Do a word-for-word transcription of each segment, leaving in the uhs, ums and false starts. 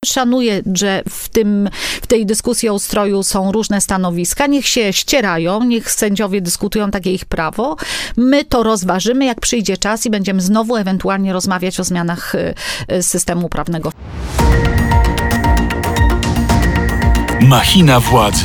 Szanuję, że w, tym, w tej dyskusji o ustroju są różne stanowiska. Niech się ścierają, niech sędziowie dyskutują, takie ich prawo. My to rozważymy, jak przyjdzie czas i będziemy znowu ewentualnie rozmawiać o zmianach systemu prawnego. Machina władzy.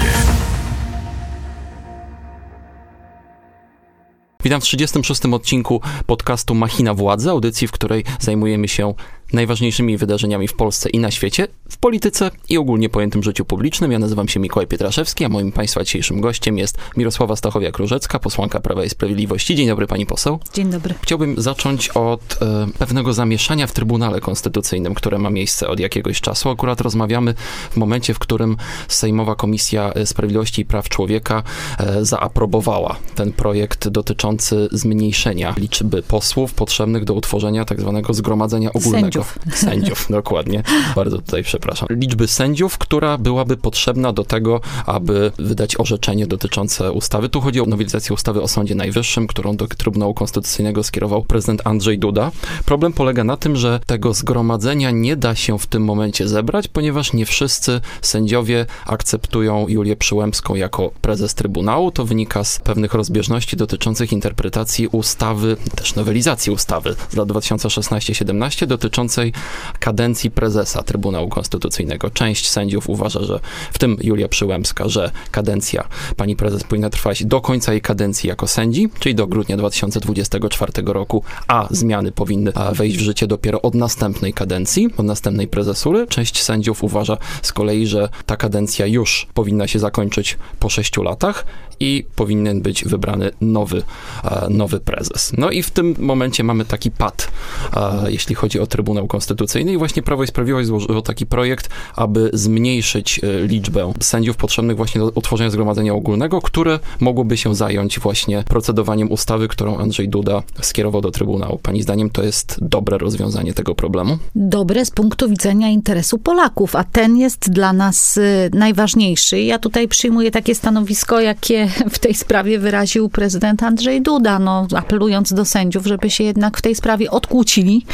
Witam w trzydziestym szóstym odcinku podcastu Machina Władzy, audycji, w której zajmujemy się najważniejszymi wydarzeniami w Polsce i na świecie, w polityce i ogólnie pojętym życiu publicznym. Ja nazywam się Mikołaj Pietraszewski, a moim Państwa dzisiejszym gościem jest Mirosława Stachowiak-Różecka, posłanka Prawa i Sprawiedliwości. Dzień dobry, pani poseł. Dzień dobry. Chciałbym zacząć od e, pewnego zamieszania w Trybunale Konstytucyjnym, które ma miejsce od jakiegoś czasu. Akurat rozmawiamy w momencie, w którym Sejmowa Komisja Sprawiedliwości i Praw Człowieka e, zaaprobowała ten projekt dotyczący zmniejszenia liczby posłów potrzebnych do utworzenia tak zwanego zgromadzenia ogólnego. Sędziów. Sędziów, dokładnie. Bardzo tutaj przepraszam. Liczby sędziów, która byłaby potrzebna do tego, aby wydać orzeczenie dotyczące ustawy. Tu chodzi o nowelizację ustawy o Sądzie Najwyższym, którą do Trybunału Konstytucyjnego skierował prezydent Andrzej Duda. Problem polega na tym, że tego zgromadzenia nie da się w tym momencie zebrać, ponieważ nie wszyscy sędziowie akceptują Julię Przyłębską jako prezes Trybunału. To wynika z pewnych rozbieżności dotyczących interpretacji ustawy, też nowelizacji ustawy z lat dwa tysiące szesnaście siedemnaście dotyczącej kadencji prezesa Trybunału Konstytucyjnego. Część sędziów uważa, że w tym Julia Przyłębska, że kadencja pani prezes powinna trwać do końca jej kadencji jako sędzi, czyli do grudnia dwa tysiące dwudziestego czwartego roku, a zmiany powinny wejść w życie dopiero od następnej kadencji, od następnej prezesury. Część sędziów uważa z kolei, że ta kadencja już powinna się zakończyć po sześciu latach i powinien być wybrany nowy, nowy prezes. No i w tym momencie mamy taki pad, jeśli chodzi o Trybunał Konstytucyjny i właśnie Prawo i Sprawiedliwość złożyło taki projekt, aby zmniejszyć liczbę sędziów potrzebnych właśnie do utworzenia zgromadzenia ogólnego, które mogłoby się zająć właśnie procedowaniem ustawy, którą Andrzej Duda skierował do Trybunału. Pani zdaniem to jest dobre rozwiązanie tego problemu? Dobre z punktu widzenia interesu Polaków, a ten jest dla nas najważniejszy. Ja tutaj przyjmuję takie stanowisko, jakie w tej sprawie wyraził prezydent Andrzej Duda, no, apelując do sędziów, żeby się jednak w tej sprawie odkłócili.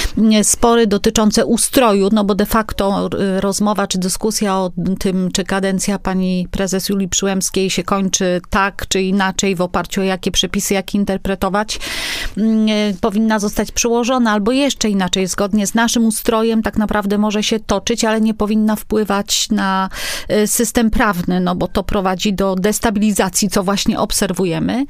Spory dotyczące ustroju, no bo de facto rozmowa czy dyskusja o tym, czy kadencja pani prezes Julii Przyłębskiej się kończy tak czy inaczej, w oparciu o jakie przepisy, jak interpretować, powinna zostać przyłożona, albo jeszcze inaczej, zgodnie z naszym ustrojem tak naprawdę może się toczyć, ale nie powinna wpływać na system prawny, no bo to prowadzi do destabilizacji, co właśnie obserwujemy.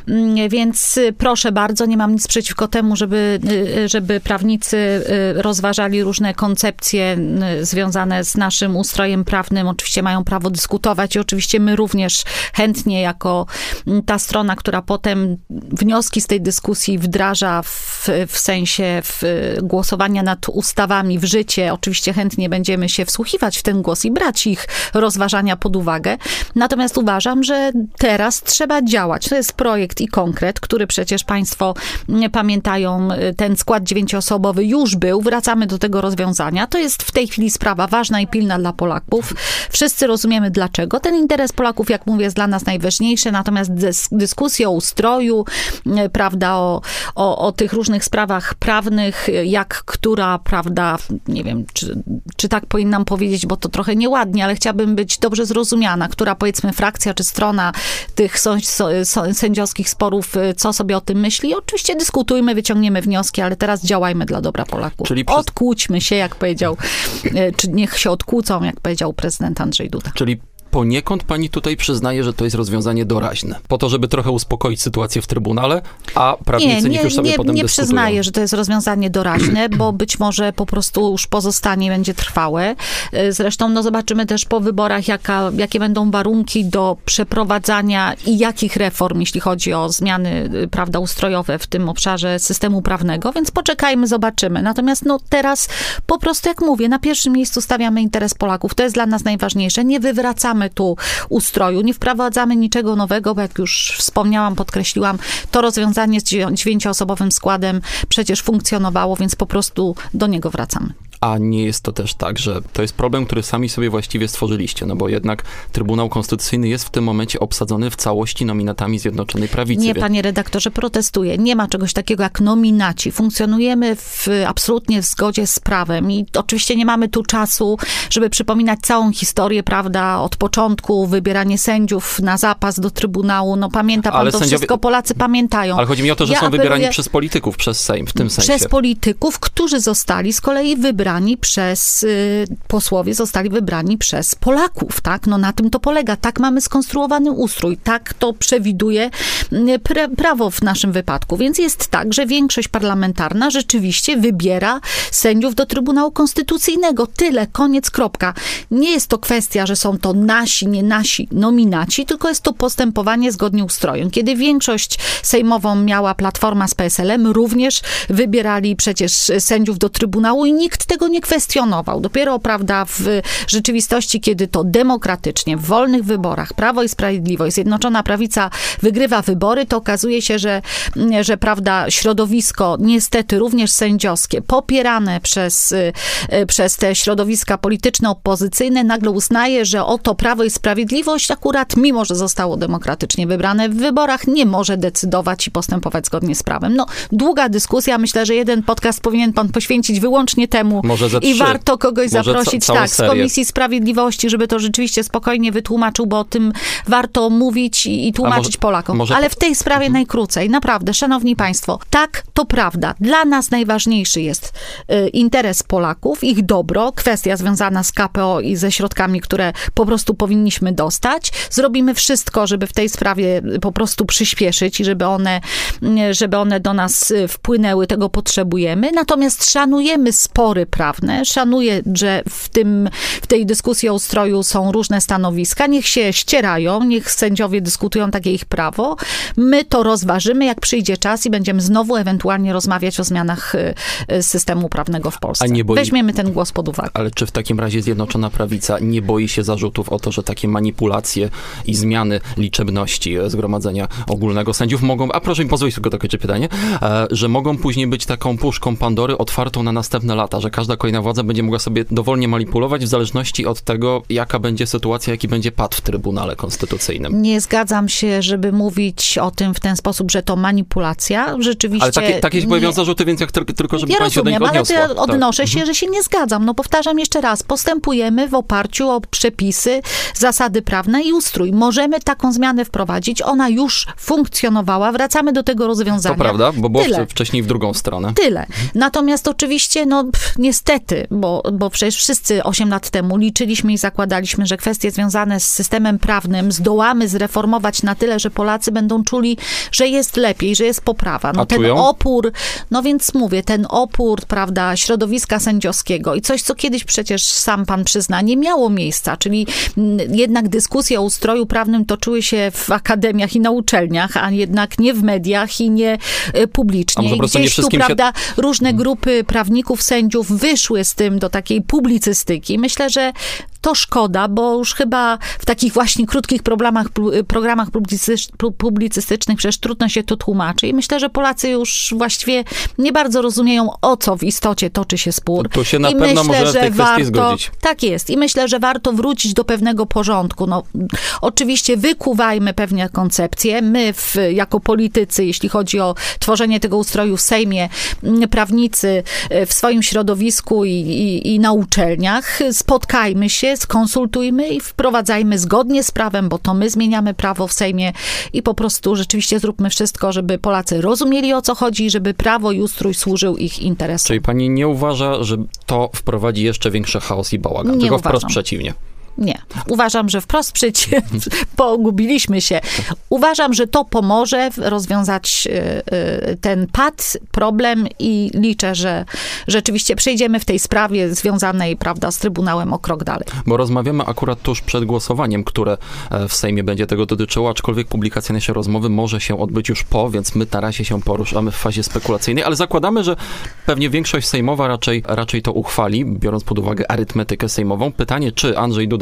Więc proszę bardzo, nie mam nic przeciwko temu, żeby, żeby prawnicy rozważali różne koncepcje związane z naszym ustrojem prawnym. Oczywiście mają prawo dyskutować i oczywiście my również chętnie jako ta strona, która potem wnioski z tej dyskusji wdraża w, w sensie w głosowania nad ustawami w życie. Oczywiście chętnie będziemy się wsłuchiwać w ten głos i brać ich rozważania pod uwagę. Natomiast uważam, że teraz trzeba działać. To jest projekt i konkret, który przecież państwo pamiętają, ten skład dziewięcioosobowy już był. Wracamy do tego rozwiązania. To jest w tej chwili sprawa ważna i pilna dla Polaków. Wszyscy rozumiemy dlaczego. Ten interes Polaków, jak mówię, jest dla nas najważniejszy, natomiast dys- dyskusje o ustroju, prawda, o, o, o tych różnych sprawach prawnych, jak która, prawda, nie wiem, czy, czy tak powinnam powiedzieć, bo to trochę nieładnie, ale chciałabym być dobrze zrozumiana, która powiedzmy frakcja czy strona tych sędziowskich sporów, co sobie o tym myśli. Oczywiście dyskutujmy, wyciągniemy wnioski, ale teraz działajmy dla dobra Polaków. Czyli przez... Odkłóćmy się, jak powiedział, czy niech się odkłócą, jak powiedział prezydent Andrzej Duda. Czyli poniekąd pani tutaj przyznaje, że to jest rozwiązanie doraźne. Po to, żeby trochę uspokoić sytuację w Trybunale, a prawnicy nie, niech już sobie nie, potem nie dyskutują. Nie przyznaję, że to jest rozwiązanie doraźne, bo być może po prostu już pozostanie, będzie trwałe. Zresztą no zobaczymy też po wyborach, jaka, jakie będą warunki do przeprowadzania i jakich reform, jeśli chodzi o zmiany, prawda, ustrojowe w tym obszarze systemu prawnego, więc poczekajmy, zobaczymy. Natomiast no teraz po prostu, jak mówię, na pierwszym miejscu stawiamy interes Polaków. To jest dla nas najważniejsze. Nie wywracamy tu ustroju, nie wprowadzamy niczego nowego, bo jak już wspomniałam, podkreśliłam, to rozwiązanie z dziewięcioosobowym składem przecież funkcjonowało, więc po prostu do niego wracamy. A nie jest to też tak, że to jest problem, który sami sobie właściwie stworzyliście, no bo jednak Trybunał Konstytucyjny jest w tym momencie obsadzony w całości nominatami Zjednoczonej Prawicy. Nie, panie redaktorze, protestuję. Nie ma czegoś takiego jak nominaci. Funkcjonujemy w, absolutnie w zgodzie z prawem i oczywiście nie mamy tu czasu, żeby przypominać całą historię, prawda, od początku, wybieranie sędziów na zapas do Trybunału. No pamięta pan ale to sędziowie... wszystko, Polacy pamiętają. Ale chodzi mi o to, że ja są apeluję... wybierani przez polityków, przez Sejm, w tym sensie. Przez polityków, którzy zostali z kolei wybrani przez, y, posłowie zostali wybrani przez Polaków, tak? No na tym to polega. Tak mamy skonstruowany ustrój. Tak to przewiduje pra- prawo w naszym wypadku. Więc jest tak, że większość parlamentarna rzeczywiście wybiera sędziów do Trybunału Konstytucyjnego. Tyle, koniec, kropka. Nie jest to kwestia, że są to nasi, nie nasi nominaci, tylko jest to postępowanie zgodnie ustrojem. Kiedy większość sejmową miała Platforma z P S L-em, również wybierali przecież sędziów do Trybunału i nikt tego nie kwestionował. Dopiero, prawda, w rzeczywistości, kiedy to demokratycznie, w wolnych wyborach, Prawo i Sprawiedliwość, Zjednoczona Prawica wygrywa wybory, to okazuje się, że, że prawda, środowisko niestety również sędziowskie, popierane przez, przez te środowiska polityczne, opozycyjne, nagle uznaje, że oto Prawo i Sprawiedliwość akurat, mimo że zostało demokratycznie wybrane w wyborach, nie może decydować i postępować zgodnie z prawem. No, długa dyskusja. Myślę, że jeden podcast powinien pan poświęcić wyłącznie temu może ze i trzy. warto kogoś może zaprosić ca- tak, z serię. Komisji Sprawiedliwości, żeby to rzeczywiście spokojnie wytłumaczył, bo o tym warto mówić i, i tłumaczyć może, Polakom. może... Ale w tej sprawie najkrócej. Naprawdę, szanowni państwo, tak, to prawda. Dla nas najważniejszy jest y, interes Polaków, ich dobro, kwestia związana z K P O i ze środkami, które po prostu powinniśmy dostać. Zrobimy wszystko, żeby w tej sprawie po prostu przyspieszyć i żeby one, żeby one do nas wpłynęły, tego potrzebujemy. Natomiast szanujemy spory prawne, szanuję, że w tym, w tej dyskusji o ustroju są różne stanowiska. Niech się ścierają, niech sędziowie dyskutują, takie ich prawo. My to rozważymy, jak przyjdzie czas i będziemy znowu ewentualnie rozmawiać o zmianach systemu prawnego w Polsce. A nie boi... Weźmiemy ten głos pod uwagę. Ale czy w takim razie Zjednoczona Prawica nie boi się zarzutów o to, że takie manipulacje i zmiany liczebności Zgromadzenia Ogólnego Sędziów mogą, a proszę mi pozwolić tylko dokończyć pytanie, że mogą później być taką puszką Pandory otwartą na następne lata, że każda kolejna władza będzie mogła sobie dowolnie manipulować w zależności od tego, jaka będzie sytuacja, jaki będzie pad w Trybunale Konstytucyjnym. Nie zgadzam się, żeby mówić o tym w ten sposób, że to manipulacja. Rzeczywiście... Ale takie, takie się pojawiają nie... zarzuty, więc jak tylko, żeby ja pani się do nich odniosła. Ale to ja odnoszę tak. się, że się nie zgadzam. No powtarzam jeszcze raz, postępujemy w oparciu o przepisy, zasady prawne i ustrój. Możemy taką zmianę wprowadzić. Ona już funkcjonowała. Wracamy do tego rozwiązania. To prawda, bo było Tyle. wcześniej w drugą stronę. Tyle. Natomiast oczywiście, no pff, niestety, bo, bo przecież wszyscy osiem lat temu liczyliśmy i zakładaliśmy, że kwestie związane z systemem prawnym zdołamy zreformować na tyle, że Polacy będą czuli, że jest lepiej, że jest poprawa. No A ten czują? opór, no więc mówię, ten opór, prawda, środowiska sędziowskiego i coś, co kiedyś przecież sam pan przyzna, nie miało miejsca, czyli jednak dyskusje o ustroju prawnym toczyły się w akademiach i na uczelniach, a jednak nie w mediach i nie publicznie. A po prostu nie Gdzieś tu, wszystkim się... prawda, różne grupy prawników, sędziów wyszły z tym do takiej publicystyki. Myślę, że to szkoda, bo już chyba w takich właśnie krótkich programach, programach publicystycznych przecież trudno się to tłumaczy i myślę, że Polacy już właściwie nie bardzo rozumieją, o co w istocie toczy się spór. To się na I pewno myślę, może w tej że kwestii warto, zgodzić. Tak jest. I myślę, że warto wrócić do pewnego porządku. No, oczywiście wykuwajmy pewne koncepcje. My w, jako politycy, jeśli chodzi o tworzenie tego ustroju w Sejmie, prawnicy w swoim środowisku i, i, i na uczelniach, spotkajmy się, skonsultujmy i wprowadzajmy zgodnie z prawem, bo to my zmieniamy prawo w Sejmie i po prostu rzeczywiście zróbmy wszystko, żeby Polacy rozumieli, o co chodzi, żeby prawo i ustrój służył ich interesom. Czyli pani nie uważa, że to wprowadzi jeszcze większy chaos i bałagan, Nie tylko uważam. wprost przeciwnie? Nie. Uważam, że wprost przeciwnie, pogubiliśmy się. Uważam, że to pomoże rozwiązać ten pad, problem i liczę, że rzeczywiście przejdziemy w tej sprawie związanej, prawda, z Trybunałem o krok dalej. Bo rozmawiamy akurat tuż przed głosowaniem, które w Sejmie będzie tego dotyczyło, aczkolwiek publikacja naszej rozmowy może się odbyć już po, więc my na razie się poruszamy w fazie spekulacyjnej, ale zakładamy, że pewnie większość sejmowa raczej, raczej to uchwali, biorąc pod uwagę arytmetykę sejmową. Pytanie, czy Andrzej Duda podpisze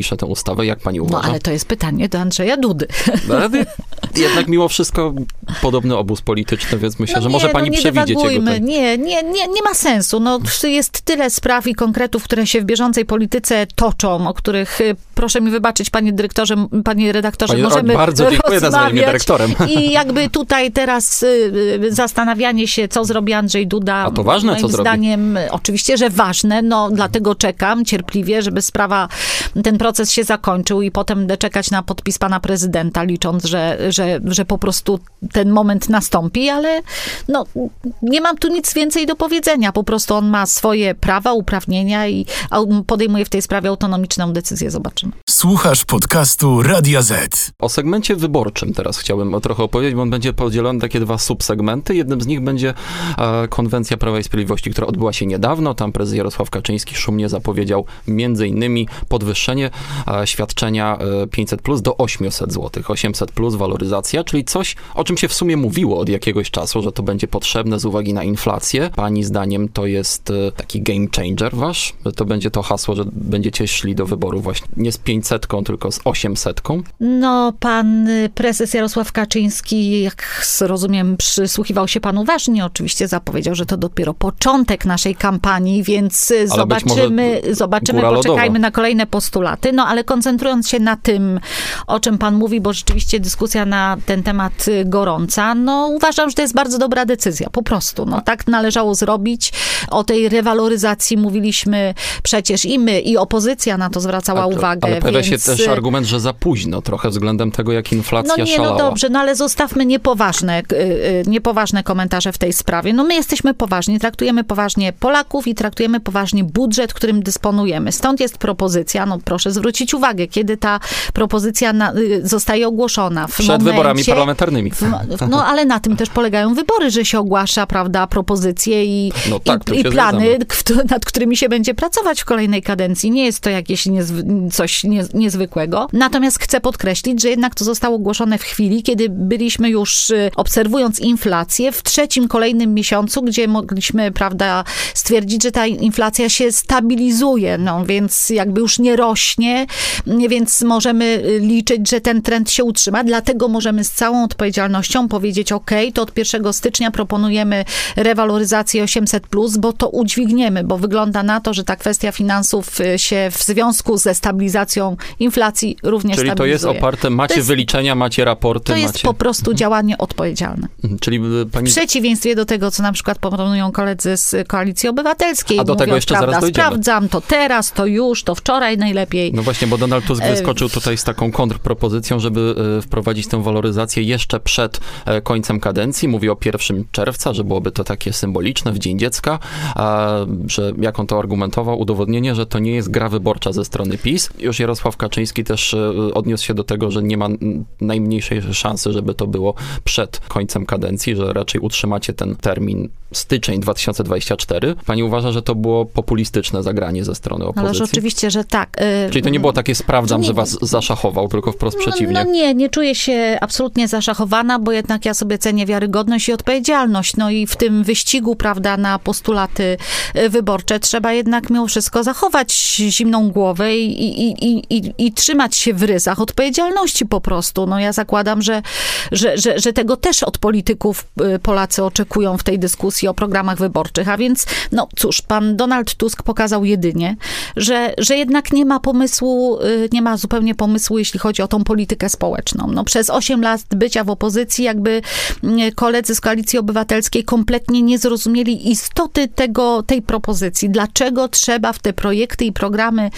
podpisze tę ustawę. Jak pani uważa? No ale to jest pytanie do Andrzeja Dudy. No, ale jednak mimo wszystko podobny obóz polityczny, więc myślę, no że nie, może pani no nie przewidzieć jego... Tej... Nie, nie, nie, nie ma sensu. No, jest tyle spraw i konkretów, które się w bieżącej polityce toczą, o których, proszę mi wybaczyć, panie dyrektorze, panie redaktorze, Pani, możemy bardzo dziękuję za nazwanie mnie dyrektorem. I jakby tutaj teraz zastanawianie się, co zrobi Andrzej Duda. A to ważne, moim co zrobi? zdaniem, oczywiście, że ważne, no dlatego czekam cierpliwie, żeby sprawa, ten proces się zakończył i potem będę czekać na podpis pana prezydenta, licząc, że, że, że po prostu ten moment nastąpi, ale no, nie mam tu nic więcej do powiedzenia. Po prostu on ma swoje prawa, uprawnienia i podejmuje w tej sprawie autonomiczną decyzję. Zobaczymy. Słuchasz podcastu Radia Z. O segmencie wyborczym teraz chciałbym trochę opowiedzieć, bo on będzie podzielony na takie dwa subsegmenty. Jednym z nich będzie e, konwencja Prawa i Sprawiedliwości, która odbyła się niedawno. Tam prezes Jarosław Kaczyński szumnie zapowiedział między innymi podwyższenie e, świadczenia e, pięćset plus do osiemset złotych. osiemset plus waloryzacja, czyli coś, o czym się w sumie mówiło od jakiegoś czasu, że to będzie potrzebne z uwagi na inflację. Pani zdaniem to jest e, taki game changer wasz? Że to będzie to hasło, że będziecie szli do wyboru właśnie nie z pięćsetką, tylko z osiemsetką? No, pan prezes Jarosław Kaczyński, jak rozumiem, przysłuchiwał się panu uważnie, oczywiście zapowiedział, że to dopiero początek naszej kampanii, więc ale zobaczymy, zobaczymy, poczekajmy lodowa. na kolejne postulaty, no ale koncentrując się na tym, o czym pan mówi, bo rzeczywiście dyskusja na ten temat gorąca, no uważam, że to jest bardzo dobra decyzja, po prostu, no tak należało zrobić. O tej rewaloryzacji mówiliśmy przecież i my, i opozycja na to zwracała ale, uwagę. Ale pojawia więc... się też argument, że za późno trochę względem tego, jak inflacja no nie, szalała. No dobrze, no ale zostawmy niepoważne, niepoważne komentarze w tej sprawie. No my jesteśmy poważni, traktujemy poważnie Polaków i traktujemy poważnie budżet, którym dysponujemy. Stąd jest propozycja, no proszę zwrócić uwagę, kiedy ta propozycja na, zostaje ogłoszona. W Przed momencie, wyborami parlamentarnymi. W, no ale na tym też polegają wybory, że się ogłasza, prawda, propozycje i, no tak, i, i plany, zgadzamy. nad którymi się będzie pracować w kolejnej kadencji. Nie jest to jakieś niezwy, coś nie, niezwykłego. Natomiast chcę podkreślić, że jednak to zostało ogłoszone w chwili, kiedy byliśmy już, obserwując inflację, w trzecim kolejnym miesiącu, gdzie mogliśmy, prawda, stwierdzić, że ta inflacja się stabilizuje, no więc jakby już nie rośnie, więc możemy liczyć, że ten trend się utrzyma. Dlatego możemy z całą odpowiedzialnością powiedzieć, ok, to od pierwszego stycznia proponujemy rewaloryzację osiemset plus, bo to udźwigniemy, bo wygląda na to, że ta kwestia finansów się w związku ze stabilizacją inflacji również Czyli stabilizuje. to jest oparte, macie jest, wyliczenia, macie raporty. To jest macie... po prostu działanie odpowiedzialne. Czyli pani... W przeciwieństwie do tego, co na przykład proponują koledzy z Koalicji Obywatelskiej. A do Mówią, tego jeszcze prawda, zaraz dojdziemy. Sprawdzam to teraz, to już, to wczoraj najlepiej. No właśnie, bo Donald Tusk wyskoczył tutaj z taką kontrpropozycją, żeby wprowadzić tę waloryzację jeszcze przed końcem kadencji. Mówi o pierwszego czerwca, że byłoby to takie symboliczne w Dzień Dziecka, a, że jak on to argumentował, udowodnienie, że to nie jest gra wyborcza ze strony PiS. Już Jarosław Kaczyński też odniósł się do tego, że nie ma najmniejszej szansy, żeby to było przed końcem kadencji, że raczej utrzymacie ten termin styczeń dwa tysiące dwudziesty czwarty. Pani uważa, że to było populistyczne zagranie ze strony opozycji? Ależ oczywiście, że tak. Czyli to nie było takie sprawdzam, nie, że was zaszachował, tylko wprost no, przeciwnie. No nie, nie czuję się absolutnie zaszachowana, bo jednak ja sobie cenię wiarygodność i odpowiedzialność. No i w tym wyścigu, prawda, na postulaty wyborcze trzeba jednak mimo wszystko zachować zimną głowę i, i, i, i, i trzymać się w ryzach odpowiedzialności po prostu. No ja zakładam, że, że, że, że tego też od polityków Polacy oczekują w tej dyskusji o programach wyborczych. A więc, no cóż, pan Donald Tusk pokazał jedynie, że, że jednak nie ma pomysłu, nie ma zupełnie pomysłu, jeśli chodzi o tą politykę społeczną. No przez osiem lat bycia w opozycji jakby koledzy z Koalicji Obywatelskiej kompletnie nie zrozumieli istoty tego, tej propozycji. Dlaczego trzeba w te projekty i programy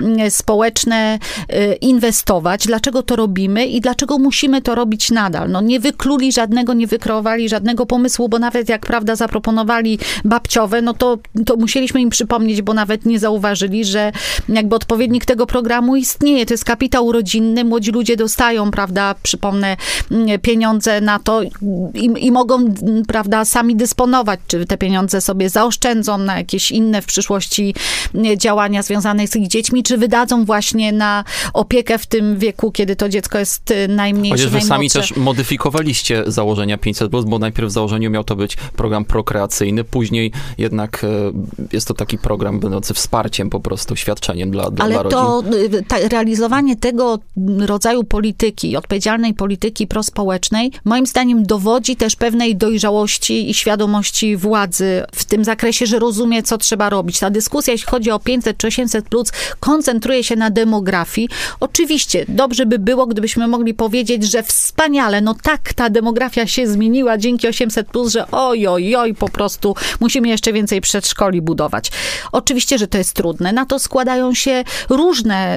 społeczne inwestować? Dlaczego to robimy i dlaczego musimy to robić nadal? No nie wykluli żadnego, nie wykreowali żadnego pomysłu, bo nawet jak, prawda, zaproponowali babciowe, no to, to musieliśmy im przypomnieć, bo nawet nie zauważyli, że jakby odpowiednik tego programu istnieje. To jest kapitał rodzinny, młodzi ludzie dostają, prawda, przypomnę, pieniądze na to i, i mogą, prawda, sami dysponować, czy te pieniądze sobie zaoszczędzą na jakieś inne w przyszłości działania związane z ich dziećmi, wielokrotni, czy wydadzą właśnie na opiekę w tym wieku, kiedy to dziecko jest najmniejsze, Chociaż wy sami najmłodsze. też modyfikowaliście założenia pięćset plus, bo najpierw w założeniu miał to być program prokreacyjny, później jednak jest to taki program będący wsparciem po prostu, świadczeniem dla, dla, Ale dla rodzin. to ta, realizowanie tego rodzaju polityki, odpowiedzialnej polityki prospołecznej, moim zdaniem dowodzi też pewnej dojrzałości i świadomości władzy w tym zakresie, że rozumie, co trzeba robić. Ta dyskusja, jeśli chodzi o pięćset czy osiemset plus, koncentruje się na demografii. Oczywiście, dobrze by było, gdybyśmy mogli powiedzieć, że wspaniale, no tak, ta demografia się zmieniła dzięki osiemset plus, że oj, oj, oj, po prostu musimy jeszcze więcej przedszkoli budować. Oczywiście, że to jest trudne. Na to składają się różne,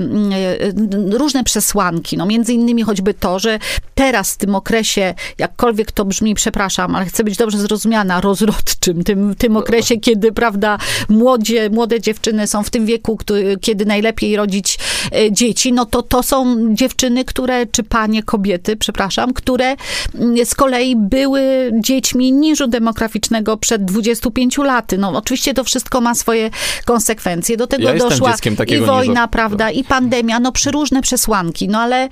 yy, różne przesłanki. No między innymi choćby to, że teraz w tym okresie, jakkolwiek to brzmi, przepraszam, ale chcę być dobrze zrozumiana, rozrodczym, tym, tym okresie, kiedy, prawda, młodzie, młode dziewczyny są w tym wieku, który, kiedy najlepiej rodzić y, dzieci, no to to są dziewczyny, które, czy panie, kobiety, przepraszam, które y, z kolei były dziećmi niżu demograficznego przed dwudziestu pięciu laty. No oczywiście to wszystko ma swoje konsekwencje. Do tego ja doszła i wojna, niżu. prawda, i pandemia, no przeróżne przesłanki, no ale,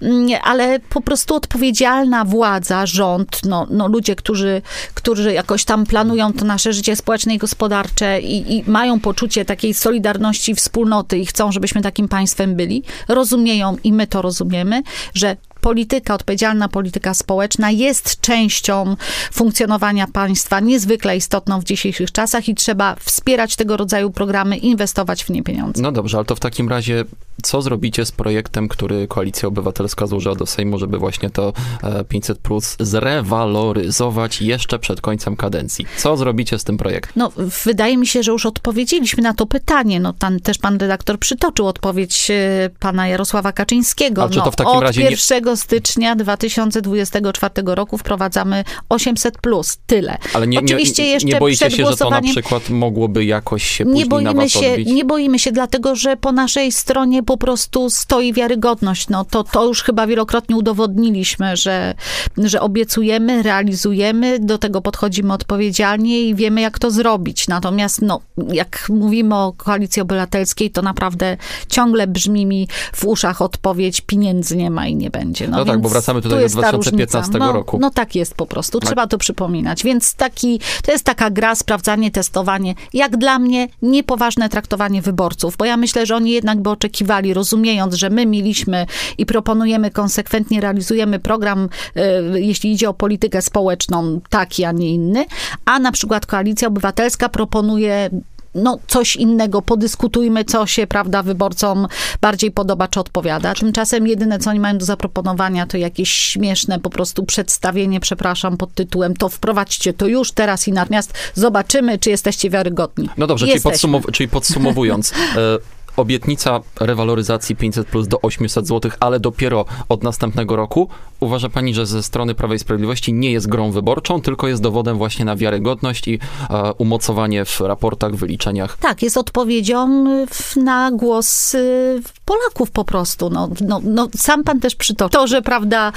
ale po prostu odpowiedzialna władza, rząd, no, no ludzie, którzy, którzy jakoś tam planują to nasze życie społeczne i gospodarcze i, i mają poczucie takiej solidarności, wspólnoty i chcą, żebyśmy takim państwem byli, rozumieją i my to rozumiemy, że polityka, odpowiedzialna polityka społeczna jest częścią funkcjonowania państwa, niezwykle istotną w dzisiejszych czasach i trzeba wspierać tego rodzaju programy, inwestować w nie pieniądze. No dobrze, ale to w takim razie co zrobicie z projektem, który Koalicja Obywatelska złożyła do Sejmu, żeby właśnie to pięćset plus zrewaloryzować jeszcze przed końcem kadencji? Co zrobicie z tym projektem? No, wydaje mi się, że już odpowiedzieliśmy na to pytanie. No, tam też pan redaktor przytoczył odpowiedź pana Jarosława Kaczyńskiego. A czy to w no, takim od razie nie... pierwszego stycznia dwa tysiące dwudziestego czwartego roku wprowadzamy osiemset plus. Tyle. Ale nie, Oczywiście nie, jeszcze nie boicie przed się, że to na głosowaniem... przykład mogłoby jakoś się później nie boimy na was się, odbić? Nie boimy się, dlatego że po naszej stronie po prostu stoi wiarygodność. No, to, to już chyba wielokrotnie udowodniliśmy, że, że obiecujemy, realizujemy, do tego podchodzimy odpowiedzialnie i wiemy, jak to zrobić. Natomiast no, jak mówimy o Koalicji Obywatelskiej, to naprawdę ciągle brzmi mi w uszach odpowiedź: pieniędzy nie ma i nie będzie. No, no tak, bo wracamy tutaj do dwa tysiące piętnastego no, roku. No tak jest po prostu. Trzeba to przypominać. Więc taki, to jest taka gra, sprawdzanie, testowanie. Jak dla mnie niepoważne traktowanie wyborców, bo ja myślę, że oni jednak by oczekiwali, rozumiejąc, że my mieliśmy i proponujemy konsekwentnie, realizujemy program, y, jeśli idzie o politykę społeczną, taki, a nie inny, a na przykład Koalicja Obywatelska proponuje no coś innego, podyskutujmy, co się, prawda, wyborcom bardziej podoba, czy odpowiada. Tymczasem jedyne, co oni mają do zaproponowania, to jakieś śmieszne po prostu przedstawienie, przepraszam, pod tytułem: to wprowadźcie to już teraz i natychmiast, zobaczymy, czy jesteście wiarygodni. No dobrze, czyli, podsumow- czyli podsumowując, obietnica rewaloryzacji pięćset plus do osiemset złotych, ale dopiero od następnego roku. Uważa pani, że ze strony Prawa i Sprawiedliwości nie jest grą wyborczą, tylko jest dowodem właśnie na wiarygodność i e, umocowanie w raportach, wyliczeniach? Tak, jest odpowiedzią w, na głos y, Polaków po prostu. No, no, no, sam pan też przytoczył to, że prawda,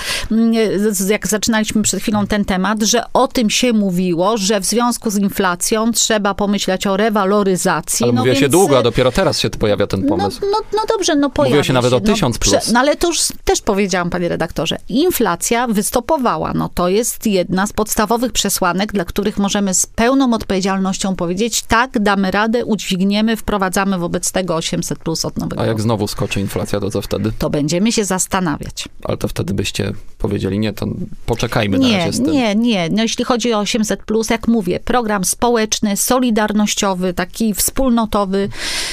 y, jak zaczynaliśmy przed chwilą ten temat, że o tym się mówiło, że w związku z inflacją trzeba pomyśleć o rewaloryzacji. Ale no mówiło więc, się długo, a dopiero teraz się pojawia ten pomysł. No, no, no dobrze, no pojawia Mówiło się nawet się, o tysiąc plus. No, no ale to już też powiedziałam, panie redaktorze. Inflacja wystopowała. No to jest jedna z podstawowych przesłanek, dla których możemy z pełną odpowiedzialnością powiedzieć: tak, damy radę, udźwigniemy, wprowadzamy wobec tego osiemset plus od nowego A jak roku. znowu skoczy inflacja, to co wtedy? To będziemy się zastanawiać. Ale to wtedy byście powiedzieli: nie, to poczekajmy nie, na razie z tym. Nie, nie. No jeśli chodzi o osiemset plus, jak mówię, program społeczny, solidarnościowy, taki wspólnotowy,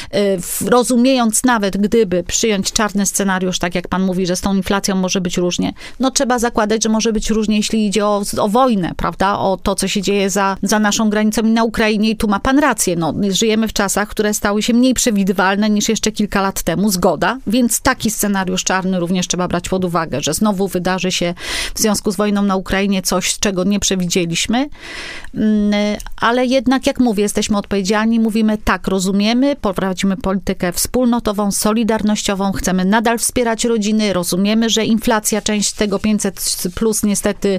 rozumiejąc nawet, gdyby przyjąć czarny scenariusz, tak jak pan mówi, że z tą inflacją może być różnie, no trzeba zakładać, że może być różnie, jeśli idzie o, o wojnę, prawda? O to, co się dzieje za, za naszą granicą i na Ukrainie, i tu ma pan rację. No, żyjemy w czasach, które stały się mniej przewidywalne niż jeszcze kilka lat temu, zgoda. zgoda, więc taki scenariusz czarny również trzeba brać pod uwagę, że znowu wydarzy się w związku z wojną na Ukrainie coś, czego nie przewidzieliśmy, ale jednak, jak mówię, jesteśmy odpowiedzialni, mówimy tak, rozumiemy, prowadzimy politykę wspólnotową, solidarnościową, chcemy nadal wspierać rodziny, rozumiemy, że inflacja część tego pięćset plus niestety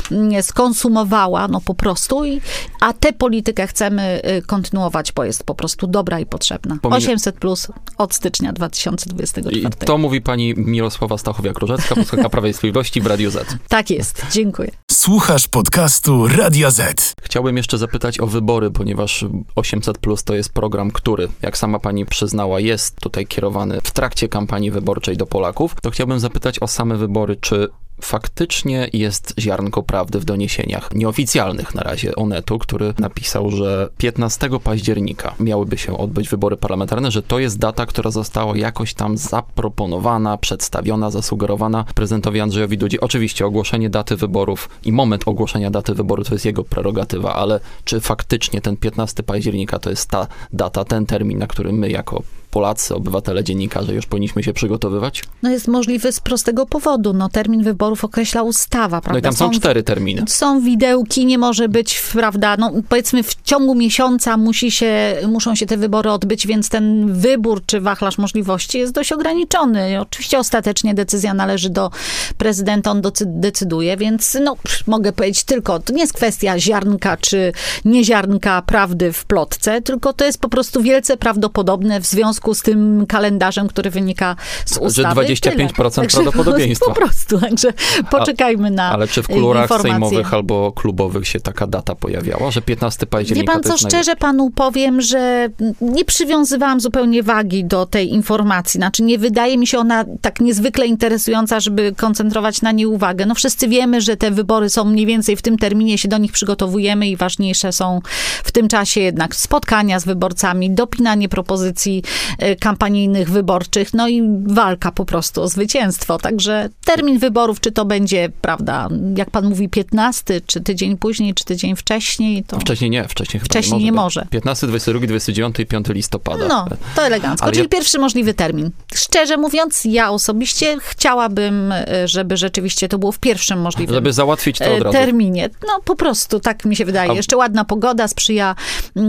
skonsumowała, no po prostu, i, a tę politykę chcemy kontynuować, bo jest po prostu dobra i potrzebna. osiemset plus od stycznia dwa tysiące dwudziestego czwartego. I to mówi pani Mirosława Stachowiak-Różecka, posłanka Prawa i Sprawiedliwości w Radiu Z. Tak jest, dziękuję. Słuchasz podcastu Radia Z. Chciałbym jeszcze zapytać o wybory, ponieważ osiemset plus to jest program, który, jak sama pani przyznała, jest tutaj kierowany w trakcie kampanii wyborczej do Polaków. To chciałbym zapytać o same wybory, czy faktycznie jest ziarnko prawdy w doniesieniach nieoficjalnych na razie Onetu, który napisał, że piętnastego października miałyby się odbyć wybory parlamentarne, że to jest data, która została jakoś tam zaproponowana, przedstawiona, zasugerowana prezydentowi Andrzejowi Dudzie. Oczywiście ogłoszenie daty wyborów i moment ogłoszenia daty wyboru to jest jego prerogatywa, ale czy faktycznie ten piętnastego października to jest ta data, ten termin, na który my jako Polacy, obywatele, dziennikarze już powinniśmy się przygotowywać? No jest możliwy z prostego powodu. No termin wyborów określa ustawa, prawda? No i tam są, są cztery terminy. Są widełki, nie może być, prawda, no powiedzmy w ciągu miesiąca musi się, muszą się te wybory odbyć, więc ten wybór czy wachlarz możliwości jest dość ograniczony. Oczywiście ostatecznie decyzja należy do prezydenta, on decyduje, więc no mogę powiedzieć tylko, to nie jest kwestia ziarnka czy nieziarnka prawdy w plotce, tylko to jest po prostu wielce prawdopodobne w związku z tym kalendarzem, który wynika z ustawy. Że dwadzieścia pięć procent prawdopodobieństwa. Po prostu, także poczekajmy na Ale czy w kuluarach informacje. sejmowych albo klubowych się taka data pojawiała, że piętnastego października... Wie pan co, szczerze naj... panu powiem, że nie przywiązywałam zupełnie wagi do tej informacji. Znaczy nie wydaje mi się ona tak niezwykle interesująca, żeby koncentrować na niej uwagę. No wszyscy wiemy, że te wybory są mniej więcej w tym terminie, się do nich przygotowujemy i ważniejsze są w tym czasie jednak spotkania z wyborcami, dopinanie propozycji kampanijnych, wyborczych, no i walka po prostu o zwycięstwo. Także termin wyborów, czy to będzie, prawda, jak pan mówi, piętnasty, czy tydzień później, czy tydzień wcześniej, to... Wcześniej nie, wcześniej chyba wcześniej nie może. Nie może. piętnasty, dwudziesty drugi, dwudziesty dziewiąty i piątego listopada. No, to elegancko. Ale czyli ja... pierwszy możliwy termin. Szczerze mówiąc, ja osobiście chciałabym, żeby rzeczywiście to było w pierwszym możliwym żeby załatwić to od razu. terminie. No po prostu, tak mi się wydaje. A... Jeszcze ładna pogoda sprzyja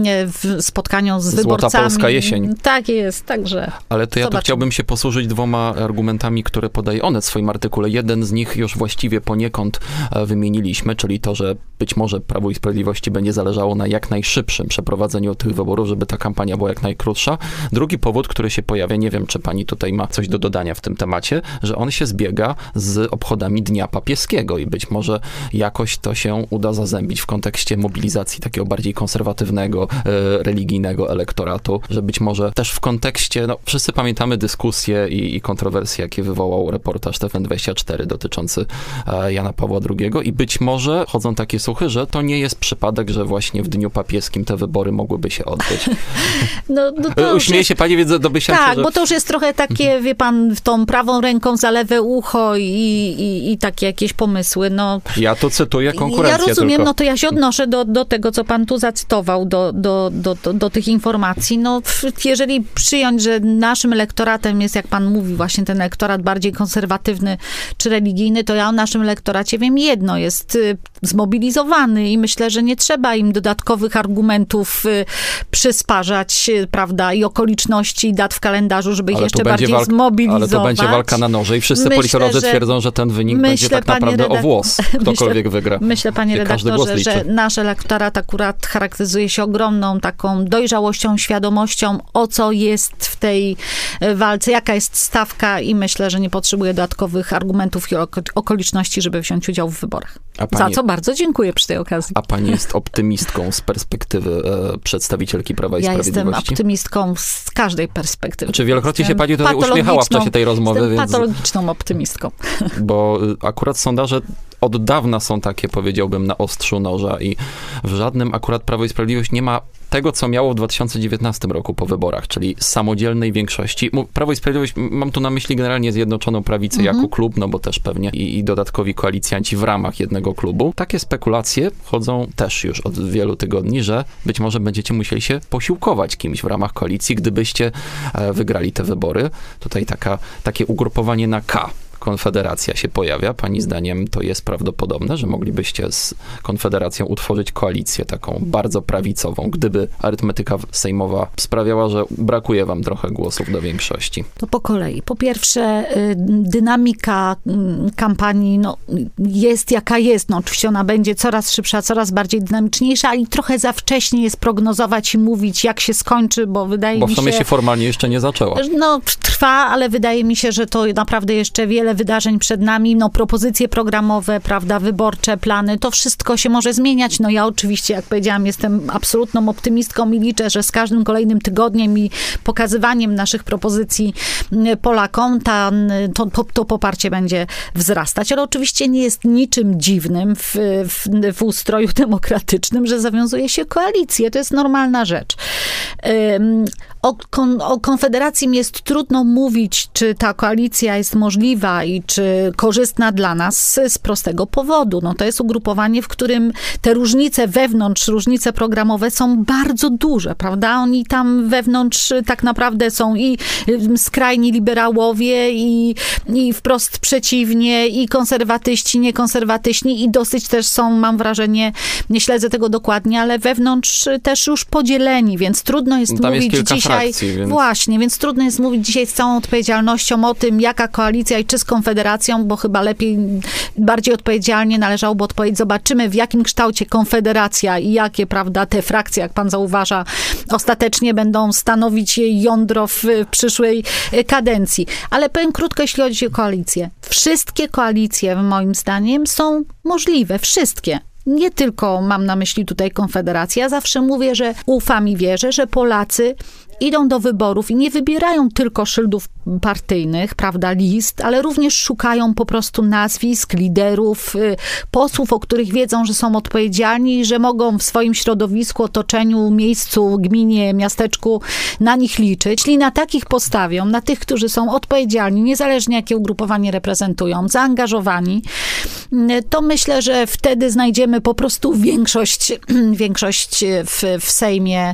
w spotkaniom z Złota wyborcami. Złota polska jesień. Tak jest, także Ale to ja zobaczymy. tu chciałbym się posłużyć dwoma argumentami, które podaje Onet w swoim artykule. Jeden z nich już właściwie poniekąd wymieniliśmy, czyli to, że być może Prawu i Sprawiedliwości będzie zależało na jak najszybszym przeprowadzeniu tych wyborów, żeby ta kampania była jak najkrótsza. Drugi powód, który się pojawia, nie wiem, czy pani tutaj ma coś do dodania w tym temacie, że on się zbiega z obchodami Dnia Papieskiego i być może jakoś to się uda zazębić w kontekście mobilizacji takiego bardziej konserwatywnego, e, religijnego elektoratu, że być może też w kontekście, no wszyscy pamiętamy dyskusje i, i kontrowersje, jakie wywołał reportaż T V N dwadzieścia cztery dotyczący e, Jana Pawła drugiego i być może chodzą takie słuchy, że to nie jest przypadek, że właśnie w Dniu Papieskim te wybory mogłyby się odbyć. No, no to Uśmieje jest... się pani, więc domyślam Tak, się, że... bo to już jest trochę takie, wie pan, w tą prawą ręką za lewe ucho i, i, i takie jakieś pomysły. No, ja tu cytuję konkurencję. Ja rozumiem, tylko. no to ja się odnoszę do, do tego, co pan tu zacytował, do, do, do, do, do tych informacji. No, jeżeli przyjąć, że naszym elektoratem jest, jak pan mówi, właśnie ten elektorat bardziej konserwatywny czy religijny, to ja o naszym elektoracie wiem jedno, jest zmobilizowany i myślę, że nie trzeba im dodatkowych argumentów przysparzać, prawda, i okoliczności, i dat w kalendarzu, żeby ich jeszcze bardziej walk, zmobilizować. Ale to będzie walka na noże i wszyscy myślę, politolodzy że, twierdzą, że ten wynik myślę, będzie tak naprawdę redak- o włos, ktokolwiek myślę, wygra. Myślę, panie redaktorze, że nasz elektorat akurat charakteryzuje się ogromną taką dojrzałością, świadomością, o co jest w tej walce, jaka jest stawka i myślę, że nie potrzebuje dodatkowych argumentów i okoliczności, żeby wziąć udział w wyborach. Pani, za co bardzo dziękuję przy tej okazji. A pani jest optymistką z perspektywy e, przedstawicielki Prawa i ja Sprawiedliwości? Ja jestem optymistką z każdej perspektywy. Czy wielokrotnie się pani tutaj uśmiechała w czasie tej rozmowy? Jestem więc... patologiczną optymistką. Bo akurat sondaże od dawna są takie, powiedziałbym, na ostrzu noża i w żadnym akurat Prawo i Sprawiedliwość nie ma tego, co miało w dwa tysiące dziewiętnastym roku po wyborach, czyli samodzielnej większości. Prawo i Sprawiedliwość, mam tu na myśli generalnie Zjednoczoną Prawicę mhm. jako klub, no bo też pewnie i, i dodatkowi koalicjanci w ramach jednego klubu. Takie spekulacje chodzą też już od wielu tygodni, że być może będziecie musieli się posiłkować kimś w ramach koalicji, gdybyście wygrali te wybory. Tutaj taka, takie ugrupowanie na K. Konfederacja się pojawia. Pani zdaniem to jest prawdopodobne, że moglibyście z Konfederacją utworzyć koalicję taką bardzo prawicową, gdyby arytmetyka sejmowa sprawiała, że brakuje wam trochę głosów do większości? To po kolei. Po pierwsze, dynamika kampanii no, jest jaka jest. No, oczywiście ona będzie coraz szybsza, coraz bardziej dynamiczniejsza i trochę za wcześnie jest prognozować i mówić, jak się skończy, bo wydaje bo mi się... Bo w sumie się formalnie jeszcze nie zaczęła. No, trwa, ale wydaje mi się, że to naprawdę jeszcze wiele wydarzeń przed nami, no propozycje programowe, prawda, wyborcze, plany, to wszystko się może zmieniać. No ja oczywiście, jak powiedziałam, jestem absolutną optymistką i liczę, że z każdym kolejnym tygodniem i pokazywaniem naszych propozycji Polakom ta, to, to poparcie będzie wzrastać. Ale oczywiście nie jest niczym dziwnym w, w, w ustroju demokratycznym, że zawiązuje się koalicję. To jest normalna rzecz. O, kon, o Konfederacji mi jest trudno mówić, czy ta koalicja jest możliwa i czy korzystna dla nas z prostego powodu. No to jest ugrupowanie, w którym te różnice wewnątrz, różnice programowe są bardzo duże, prawda? Oni tam wewnątrz tak naprawdę są i skrajni liberałowie, i, i wprost przeciwnie, i konserwatyści, niekonserwatyści, i dosyć też są, mam wrażenie, nie śledzę tego dokładnie, ale wewnątrz też już podzieleni, więc trudno jest tam mówić jest dzisiaj... Frakcji, więc... Właśnie, więc trudno jest mówić dzisiaj z całą odpowiedzialnością o tym, jaka koalicja i czy z Konfederacją, bo chyba lepiej, bardziej odpowiedzialnie należałoby odpowiedzieć. Zobaczymy, w jakim kształcie Konfederacja i jakie, prawda, te frakcje, jak pan zauważa, ostatecznie będą stanowić jej jądro w przyszłej kadencji. Ale powiem krótko, jeśli chodzi o koalicję. Wszystkie koalicje, moim zdaniem, są możliwe. Wszystkie. Nie tylko mam na myśli tutaj Konfederację. Ja zawsze mówię, że ufam i wierzę, że Polacy idą do wyborów i nie wybierają tylko szyldów partyjnych, prawda, list, ale również szukają po prostu nazwisk, liderów, posłów, o których wiedzą, że są odpowiedzialni i że mogą w swoim środowisku, otoczeniu, miejscu, gminie, miasteczku na nich liczyć. Czyli na takich postawią, na tych, którzy są odpowiedzialni, niezależnie jakie ugrupowanie reprezentują, zaangażowani, to myślę, że wtedy znajdziemy po prostu większość, większość w, w Sejmie,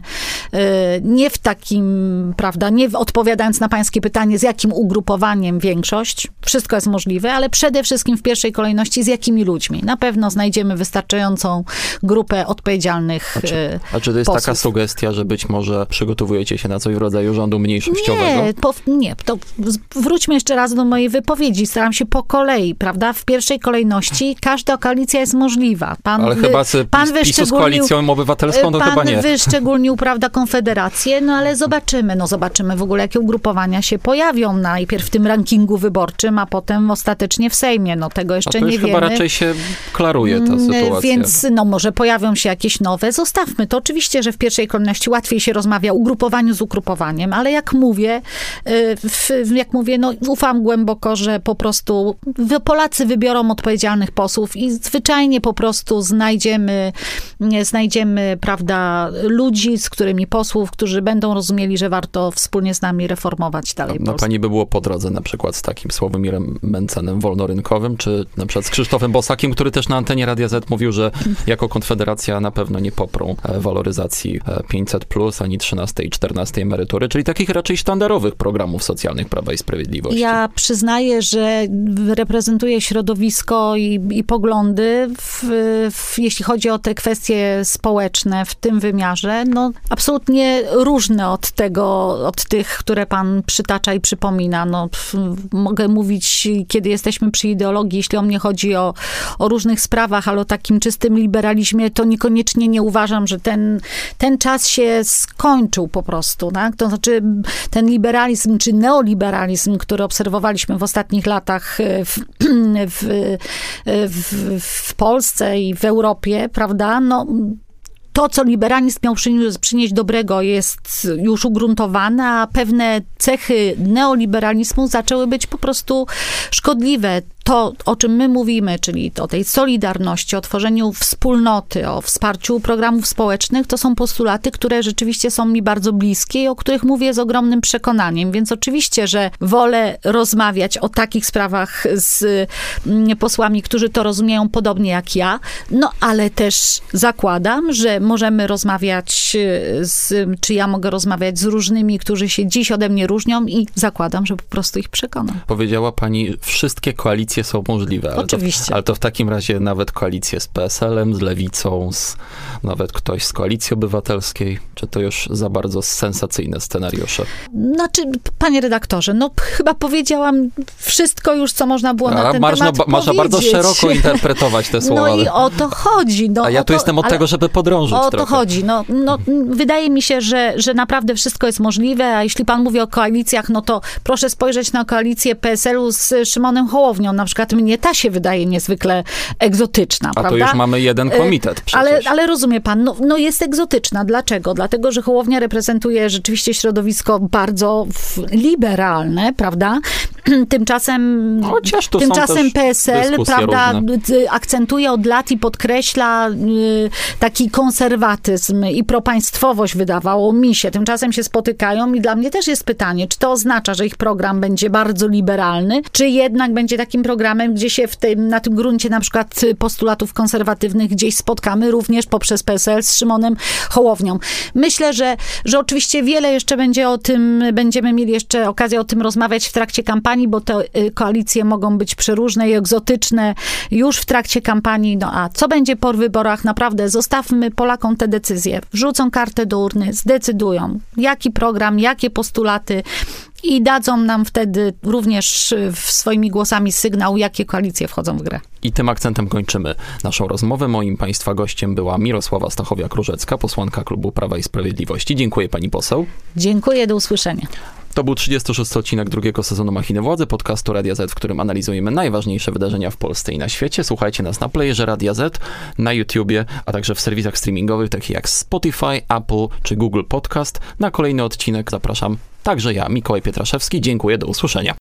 nie w takim, prawda, nie odpowiadając na pańskie pytanie, z jakim ugrupowaniem większość, wszystko jest możliwe, ale przede wszystkim w pierwszej kolejności z jakimi ludźmi. Na pewno znajdziemy wystarczającą grupę odpowiedzialnych a czy, a czy to jest posłów. Taka sugestia, że być może przygotowujecie się na coś w rodzaju rządu mniejszościowego? Nie, po, nie, to wróćmy jeszcze raz do mojej wypowiedzi. Staram się po kolei, prawda? W pierwszej kolejności każda koalicja jest możliwa. Pan ale wy, chyba z, pan PiSu z Koalicją Obywatelską to pan chyba nie. Pan wyszczególnił, prawda, Konfederację, no ale zobaczymy, no zobaczymy w ogóle, jakie ugrupowania się pojawią najpierw w tym rankingu wyborczym, a potem ostatecznie w Sejmie. No tego jeszcze a to nie już wiemy. chyba raczej się klaruje ta sytuacja. Więc no może pojawią się jakieś nowe. Zostawmy to. Oczywiście, że w pierwszej kolejności łatwiej się rozmawia o ugrupowaniu z ugrupowaniem, ale jak mówię, w, jak mówię, no ufam głęboko, że po prostu Polacy wybiorą odpowiedzialnych posłów i zwyczajnie po prostu znajdziemy, znajdziemy, prawda, ludzi, z którymi posłów, którzy będą rozumieli, że warto wspólnie z nami reformować dalej No, no pani by było po drodze na przykład z takim Sławomirem Mencenem wolnorynkowym, czy na przykład z Krzysztofem Bosakiem, który też na antenie Radia Z mówił, że jako Konfederacja na pewno nie poprą waloryzacji pięćset plus, ani trzynastej i czternastej emerytury, czyli takich raczej sztandarowych programów socjalnych Prawa i Sprawiedliwości. Ja przyznaję, że reprezentuję środowisko i, i poglądy, w, w, jeśli chodzi o te kwestie społeczne w tym wymiarze, no absolutnie różne od tego, od tych, które pan przytacza i przypomina. No, mogę mówić, kiedy jesteśmy przy ideologii, jeśli o mnie chodzi o, o różnych sprawach, ale o takim czystym liberalizmie, to niekoniecznie nie uważam, że ten, ten czas się skończył po prostu. Tak? To znaczy ten liberalizm, czy neoliberalizm, który obserwowaliśmy w ostatnich latach w, w, w, w Polsce i w Europie, prawda, no to, co liberalizm miał przynieść, przynieść dobrego, jest już ugruntowane, a pewne cechy neoliberalizmu zaczęły być po prostu szkodliwe. to, o czym my mówimy, czyli o tej solidarności, o tworzeniu wspólnoty, o wsparciu programów społecznych, to są postulaty, które rzeczywiście są mi bardzo bliskie i o których mówię z ogromnym przekonaniem. Więc oczywiście, że wolę rozmawiać o takich sprawach z posłami, którzy to rozumieją podobnie jak ja, no ale też zakładam, że możemy rozmawiać z, czy ja mogę rozmawiać z różnymi, którzy się dziś ode mnie różnią i zakładam, że po prostu ich przekonam. Powiedziała pani, wszystkie koalicje są możliwe. Ale Oczywiście. To, ale to w takim razie nawet koalicje z P S L-em, z Lewicą, z, nawet ktoś z Koalicji Obywatelskiej, czy to już za bardzo sensacyjne scenariusze? Znaczy, panie redaktorze, no chyba powiedziałam wszystko już, co można było na A ten można, temat ba, można bardzo szeroko interpretować te słowa. No i o to chodzi. No, A ja o tu to, jestem od tego, żeby podrążyć O trochę. to chodzi. No, no, wydaje mi się, że, że naprawdę wszystko jest możliwe, a jeśli pan mówi o koalicjach, no to proszę spojrzeć na koalicję P S L-u z Szymonem Hołownią. Na przykład mnie ta się wydaje niezwykle egzotyczna, A prawda? tu już mamy jeden komitet przecież. Ale, ale rozumie pan, no, no jest egzotyczna. Dlaczego? Dlatego, że Hołownia reprezentuje rzeczywiście środowisko bardzo liberalne, prawda? Tymczasem, Chociaż tu tymczasem są P S L, prawda, różne. akcentuje od lat i podkreśla y, taki konserwatyzm i propaństwowość, wydawało mi się. Tymczasem się spotykają i dla mnie też jest pytanie, czy to oznacza, że ich program będzie bardzo liberalny, czy jednak będzie takim programem, gdzie się w tym, na tym gruncie na przykład postulatów konserwatywnych gdzieś spotkamy, również poprzez P S L z Szymonem Hołownią. Myślę, że, że oczywiście wiele jeszcze będzie o tym, będziemy mieli jeszcze okazję o tym rozmawiać w trakcie kampanii, bo te koalicje mogą być przeróżne i egzotyczne już w trakcie kampanii. No a co będzie po wyborach? Naprawdę zostawmy Polakom te decyzje. Wrzucą kartę do urny, zdecydują, jaki program, jakie postulaty i dadzą nam wtedy również swoimi głosami sygnał, jakie koalicje wchodzą w grę. I tym akcentem kończymy naszą rozmowę. Moim państwa gościem była Mirosława Stachowiak-Różecka, posłanka klubu Prawa i Sprawiedliwości. Dziękuję pani poseł. Dziękuję, do usłyszenia. To był trzydziesty szósty odcinek drugiego sezonu Machiny Władzy, podcastu Radia Z, w którym analizujemy najważniejsze wydarzenia w Polsce i na świecie. Słuchajcie nas na playerze Radia Z, na YouTubie, a także w serwisach streamingowych takich jak Spotify, Apple czy Google Podcast. Na kolejny odcinek zapraszam także ja, Mikołaj Pietraszewski. Dziękuję, do usłyszenia.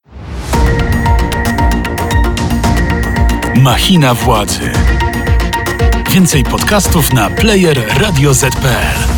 Machina Władzy. Więcej podcastów na player radio zet kropka pe el.